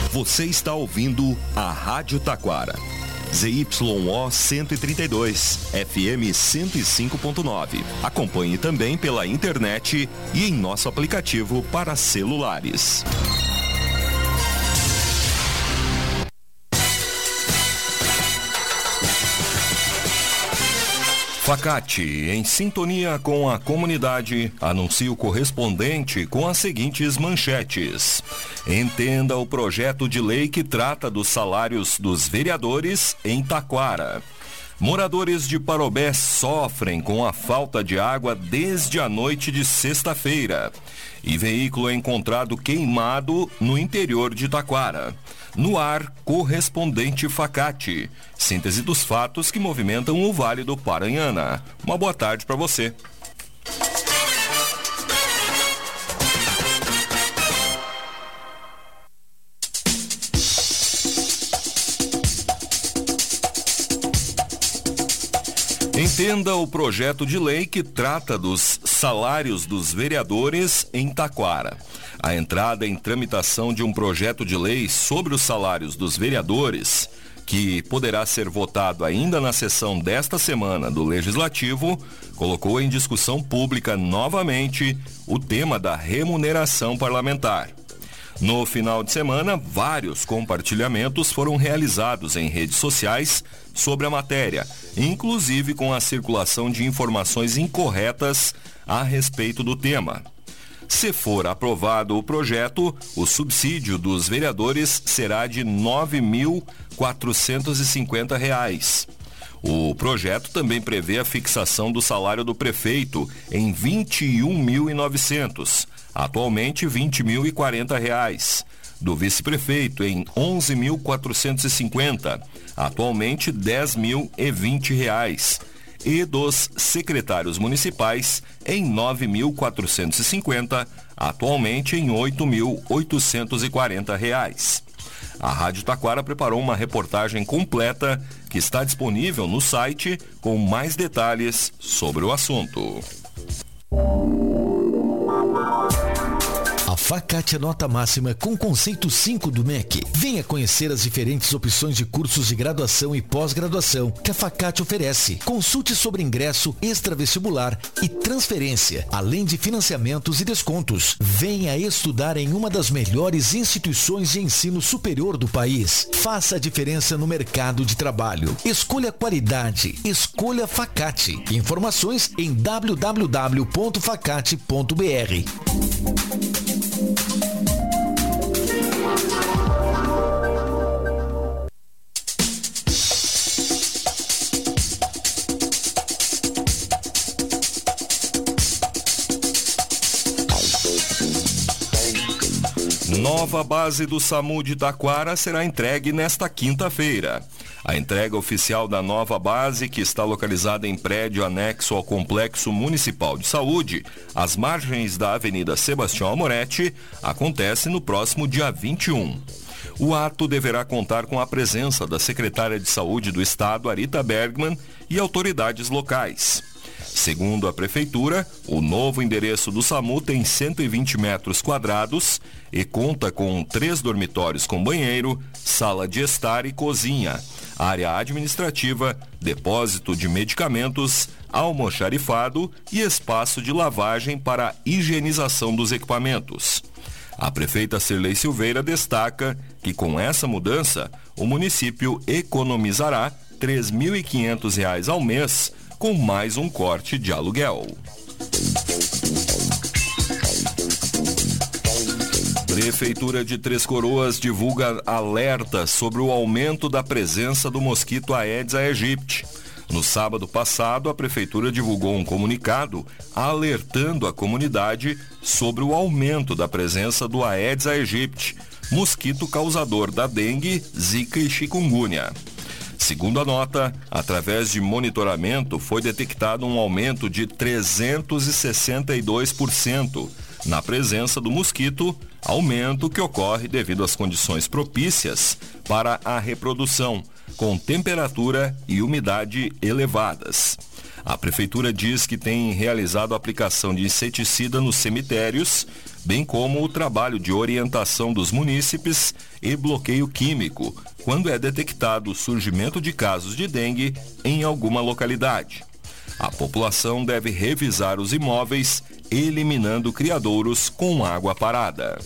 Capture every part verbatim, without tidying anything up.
Você está ouvindo a Rádio Taquara. Z Y O cento e trinta e dois, F M cento e cinco ponto nove. Acompanhe também pela internet e em nosso aplicativo para celulares. Facate, em sintonia com a comunidade, anuncia o correspondente com as seguintes manchetes. Entenda o projeto de lei que trata dos salários dos vereadores em Taquara. Moradores de Parobé sofrem com a falta de água desde a noite de sexta-feira. E veículo é encontrado queimado no interior de Taquara. No ar, correspondente Facate. Síntese dos fatos que movimentam o Vale do Paranhana. Uma boa tarde para você. Entenda o projeto de lei que trata dos salários dos vereadores em Taquara. A entrada em tramitação de um projeto de lei sobre os salários dos vereadores, que poderá ser votado ainda na sessão desta semana do Legislativo, colocou em discussão pública novamente o tema da remuneração parlamentar. No final de semana, vários compartilhamentos foram realizados em redes sociais sobre a matéria, inclusive com a circulação de informações incorretas a respeito do tema. Se for aprovado o projeto, o subsídio dos vereadores será de nove mil quatrocentos e cinquenta reais. O projeto também prevê a fixação do salário do prefeito em vinte e um mil e novecentos, atualmente vinte mil e quarenta reais. Do vice-prefeito em onze mil quatrocentos e cinquenta, atualmente dez mil e vinte reais. E dos secretários municipais em nove mil quatrocentos e cinquenta, atualmente em oito mil oitocentos e quarenta reais. A Rádio Taquara preparou uma reportagem completa que está disponível no site com mais detalhes sobre o assunto. A Facate é nota máxima com conceito cinco do M E C. Venha conhecer as diferentes opções de cursos de graduação e pós-graduação que a Facate oferece. Consulte sobre ingresso, extravestibular e transferência, além de financiamentos e descontos. Venha estudar em uma das melhores instituições de ensino superior do país. Faça a diferença no mercado de trabalho. Escolha qualidade. Escolha Facate. Informações em w w w ponto facate ponto b r. Nova base do SAMU de Taquara será entregue nesta quinta-feira. A entrega oficial da nova base, que está localizada em prédio anexo ao Complexo Municipal de Saúde, às margens da Avenida Sebastião Amoretti, acontece no próximo dia vinte e um. O ato deverá contar com a presença da secretária de Saúde do Estado, Arita Bergman, e autoridades locais. Segundo a Prefeitura, o novo endereço do SAMU tem cento e vinte metros quadrados e conta com três dormitórios com banheiro, sala de estar e cozinha, área administrativa, depósito de medicamentos, almoxarifado e espaço de lavagem para higienização dos equipamentos. A prefeita Cirlei Silveira destaca que com essa mudança, o município economizará três mil e quinhentos reais ao mês, com mais um corte de aluguel. Prefeitura de Três Coroas divulga alerta sobre o aumento da presença do mosquito Aedes aegypti. No sábado passado, a Prefeitura divulgou um comunicado alertando a comunidade sobre o aumento da presença do Aedes aegypti, mosquito causador da dengue, zika e chikungunya. Segundo a nota, através de monitoramento foi detectado um aumento de trezentos e sessenta e dois por cento na presença do mosquito, aumento que ocorre devido às condições propícias para a reprodução, com temperatura e umidade elevadas. A Prefeitura diz que tem realizado a aplicação de inseticida nos cemitérios, bem como o trabalho de orientação dos munícipes e bloqueio químico, quando é detectado o surgimento de casos de dengue em alguma localidade. A população deve revisar os imóveis, eliminando criadouros com água parada.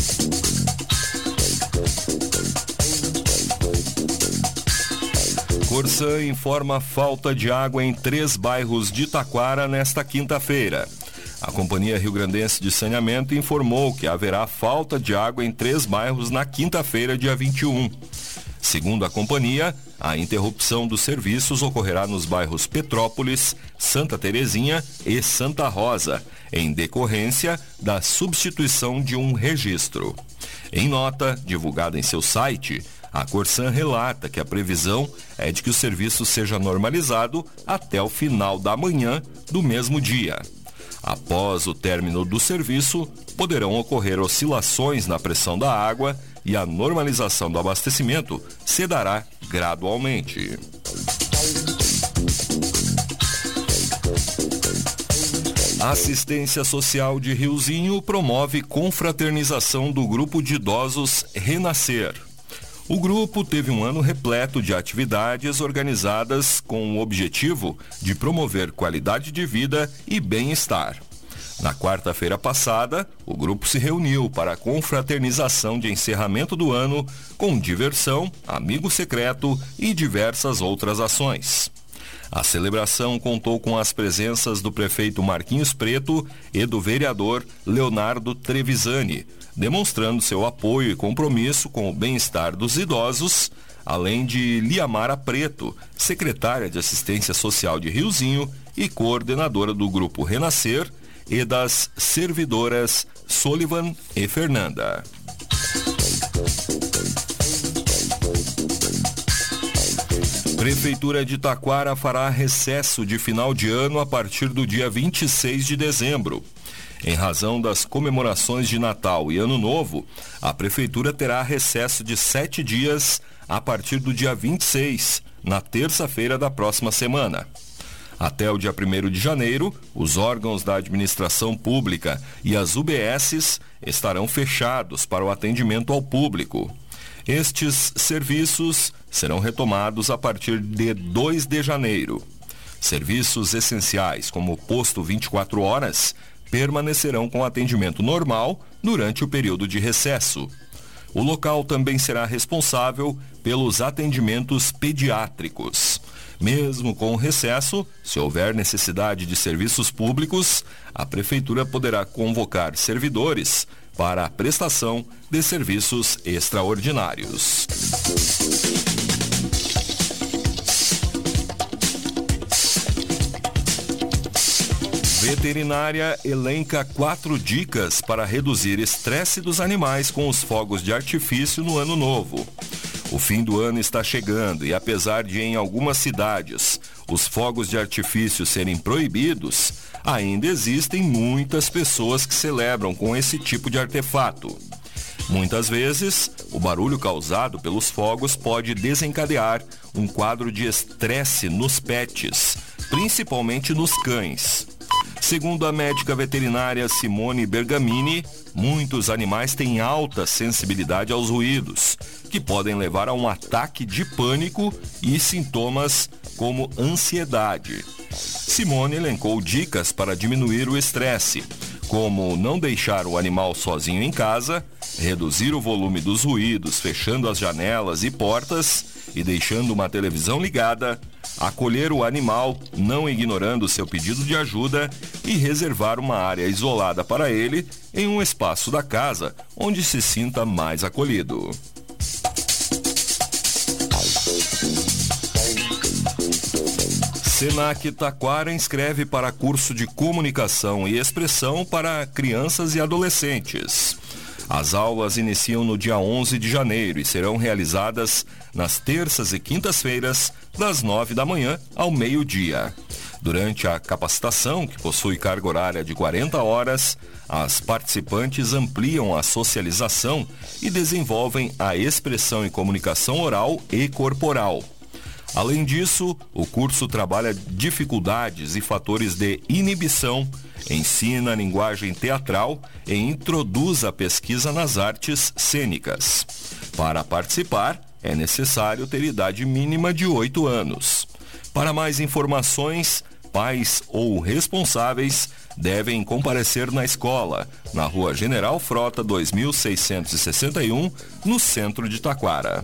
Corsã informa falta de água em três bairros de Taquara nesta quinta-feira. A Companhia Rio-Grandense de Saneamento informou que haverá falta de água em três bairros na quinta-feira, dia vinte e um. Segundo a companhia, a interrupção dos serviços ocorrerá nos bairros Petrópolis, Santa Terezinha e Santa Rosa, em decorrência da substituição de um registro. Em nota, divulgada em seu site, a Corsã relata que a previsão é de que o serviço seja normalizado até o final da manhã do mesmo dia. Após o término do serviço, poderão ocorrer oscilações na pressão da água e a normalização do abastecimento se dará gradualmente. A Assistência Social de Riozinho promove confraternização do grupo de idosos Renascer. O grupo teve um ano repleto de atividades organizadas com o objetivo de promover qualidade de vida e bem-estar. Na quarta-feira passada, o grupo se reuniu para a confraternização de encerramento do ano com diversão, amigo secreto e diversas outras ações. A celebração contou com as presenças do prefeito Marquinhos Preto e do vereador Leonardo Trevisani, demonstrando seu apoio e compromisso com o bem-estar dos idosos, além de Liamara Preto, secretária de Assistência Social de Riozinho e coordenadora do Grupo Renascer, e das servidoras Sullivan e Fernanda. Prefeitura de Taquara fará recesso de final de ano a partir do dia vinte e seis de dezembro. Em razão das comemorações de Natal e Ano Novo, a Prefeitura terá recesso de sete dias a partir do dia vinte e seis, na terça-feira da próxima semana. Até o dia primeiro de janeiro, os órgãos da administração pública e as U B Ss estarão fechados para o atendimento ao público. Estes serviços serão retomados a partir de dois de janeiro. Serviços essenciais, como o posto vinte e quatro horas, permanecerão com atendimento normal durante o período de recesso. O local também será responsável pelos atendimentos pediátricos. Mesmo com o recesso, se houver necessidade de serviços públicos, a Prefeitura poderá convocar servidores para a prestação de serviços extraordinários. Veterinária elenca quatro dicas para reduzir estresse dos animais com os fogos de artifício no Ano Novo. O fim do ano está chegando e, apesar de em algumas cidades os fogos de artifício serem proibidos, ainda existem muitas pessoas que celebram com esse tipo de artefato. Muitas vezes, o barulho causado pelos fogos pode desencadear um quadro de estresse nos pets, principalmente nos cães. Segundo a médica veterinária Simone Bergamini, muitos animais têm alta sensibilidade aos ruídos, que podem levar a um ataque de pânico e sintomas como ansiedade. Simone elencou dicas para diminuir o estresse, como não deixar o animal sozinho em casa, reduzir o volume dos ruídos fechando as janelas e portas e deixando uma televisão ligada, acolher o animal não ignorando seu pedido de ajuda e reservar uma área isolada para ele em um espaço da casa onde se sinta mais acolhido. Senac Taquara inscreve para curso de comunicação e expressão para crianças e adolescentes. As aulas iniciam no dia onze de janeiro e serão realizadas nas terças e quintas-feiras, das nove da manhã ao meio-dia. Durante a capacitação, que possui carga horária de quarenta horas, as participantes ampliam a socialização e desenvolvem a expressão e comunicação oral e corporal. Além disso, o curso trabalha dificuldades e fatores de inibição, ensina a linguagem teatral e introduz a pesquisa nas artes cênicas. Para participar, é necessário ter idade mínima de oito anos. Para mais informações, pais ou responsáveis devem comparecer na escola, na Rua General Frota dois mil seiscentos e sessenta e um, no centro de Taquara.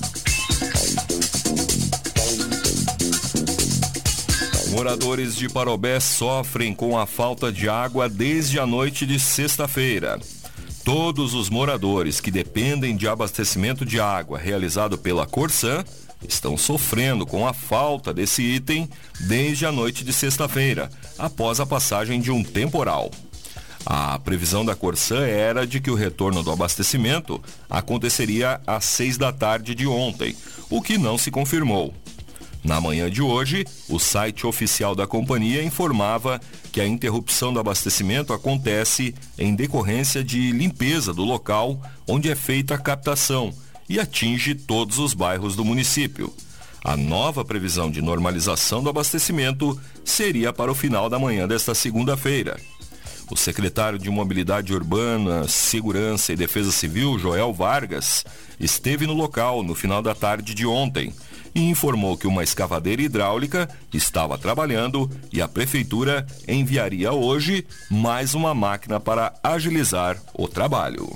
Moradores de Parobé sofrem com a falta de água desde a noite de sexta-feira. Todos os moradores que dependem de abastecimento de água realizado pela Corsan estão sofrendo com a falta desse item desde a noite de sexta-feira, após a passagem de um temporal. A previsão da Corsan era de que o retorno do abastecimento aconteceria às seis da tarde de ontem, o que não se confirmou. Na manhã de hoje, o site oficial da companhia informava que a interrupção do abastecimento acontece em decorrência de limpeza do local onde é feita a captação e atinge todos os bairros do município. A nova previsão de normalização do abastecimento seria para o final da manhã desta segunda-feira. O secretário de Mobilidade Urbana, Segurança e Defesa Civil, Joel Vargas, esteve no local no final da tarde de ontem e informou que uma escavadeira hidráulica estava trabalhando e a prefeitura enviaria hoje mais uma máquina para agilizar o trabalho.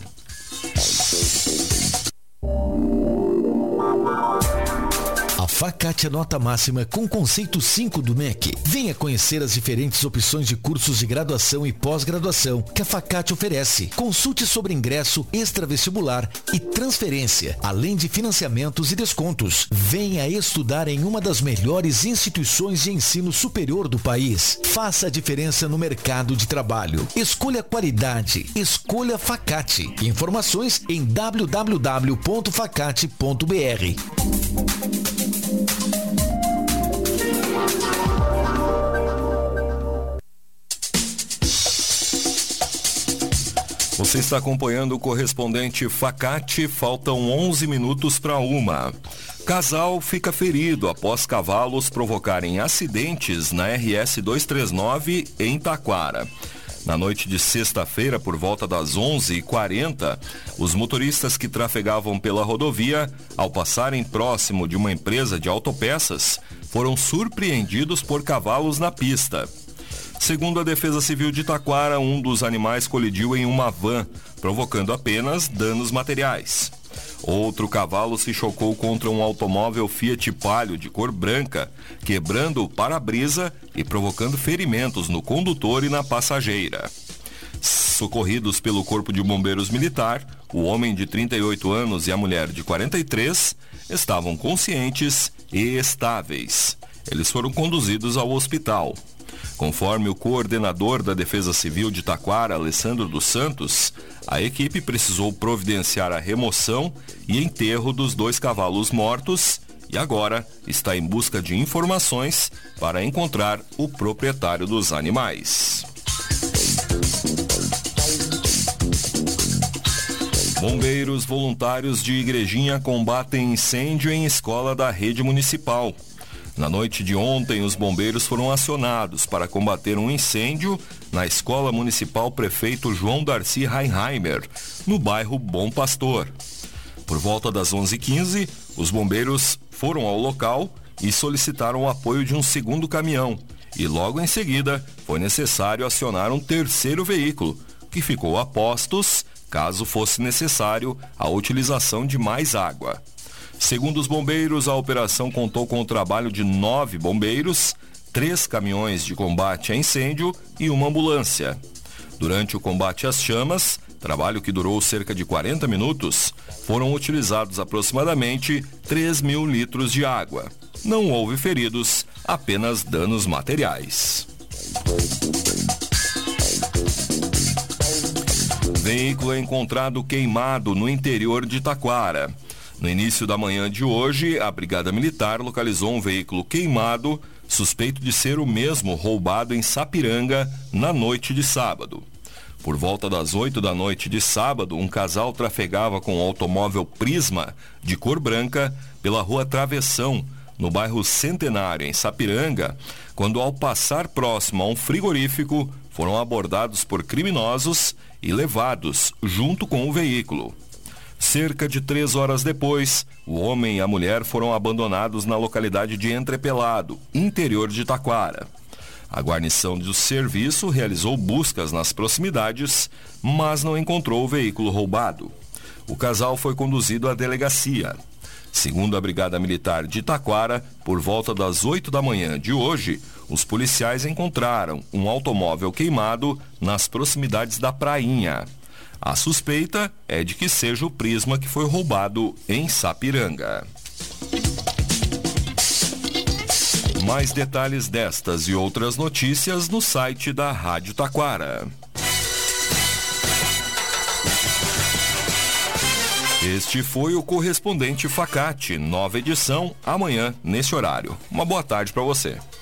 A Facate é nota máxima com conceito cinco do M E C. Venha conhecer as diferentes opções de cursos de graduação e pós-graduação que a Facate oferece. Consulte sobre ingresso, extravestibular e transferência, além de financiamentos e descontos. Venha estudar em uma das melhores instituições de ensino superior do país. Faça a diferença no mercado de trabalho. Escolha qualidade. Escolha Facate. Informações em w w w ponto facate ponto b r. Você está acompanhando o correspondente Facate, faltam onze minutos para uma. Casal fica ferido após cavalos provocarem acidentes na R S duzentos e trinta e nove em Taquara. Na noite de sexta-feira, por volta das onze e quarenta, os motoristas que trafegavam pela rodovia, ao passarem próximo de uma empresa de autopeças, foram surpreendidos por cavalos na pista. Segundo a Defesa Civil de Taquara, um dos animais colidiu em uma van, provocando apenas danos materiais. Outro cavalo se chocou contra um automóvel Fiat Palio de cor branca, quebrando o para-brisa e provocando ferimentos no condutor e na passageira. Socorridos pelo Corpo de Bombeiros Militar, o homem de trinta e oito anos e a mulher de quarenta e três estavam conscientes e estáveis. Eles foram conduzidos ao hospital. Conforme o coordenador da Defesa Civil de Taquara, Alessandro dos Santos, a equipe precisou providenciar a remoção e enterro dos dois cavalos mortos e agora está em busca de informações para encontrar o proprietário dos animais. Bombeiros voluntários de Igrejinha combatem incêndio em escola da rede municipal. Na noite de ontem, os bombeiros foram acionados para combater um incêndio na Escola Municipal Prefeito João Darcy Reinheimer, no bairro Bom Pastor. Por volta das onze e quinze, os bombeiros foram ao local e solicitaram o apoio de um segundo caminhão. E logo em seguida, foi necessário acionar um terceiro veículo, que ficou a postos, caso fosse necessário a utilização de mais água. Segundo os bombeiros, a operação contou com o trabalho de nove bombeiros, três caminhões de combate a incêndio e uma ambulância. Durante o combate às chamas, trabalho que durou cerca de quarenta minutos, foram utilizados aproximadamente três mil litros de água. Não houve feridos, apenas danos materiais. Veículo é encontrado queimado no interior de Taquara. No início da manhã de hoje, a Brigada Militar localizou um veículo queimado, suspeito de ser o mesmo roubado em Sapiranga na noite de sábado. Por volta das oito da noite de sábado, um casal trafegava com o automóvel Prisma, de cor branca, pela rua Travessão, no bairro Centenário, em Sapiranga, quando ao passar próximo a um frigorífico, foram abordados por criminosos e levados junto com o veículo. Cerca de três horas depois, o homem e a mulher foram abandonados na localidade de Entrepelado, interior de Taquara. A guarnição do serviço realizou buscas nas proximidades, mas não encontrou o veículo roubado. O casal foi conduzido à delegacia. Segundo a Brigada Militar de Taquara, por volta das oito da manhã de hoje, os policiais encontraram um automóvel queimado nas proximidades da Prainha. A suspeita é de que seja o Prisma que foi roubado em Sapiranga. Mais detalhes destas e outras notícias no site da Rádio Taquara. Este foi o Correspondente Facate, nova edição, amanhã, nesse horário. Uma boa tarde para você.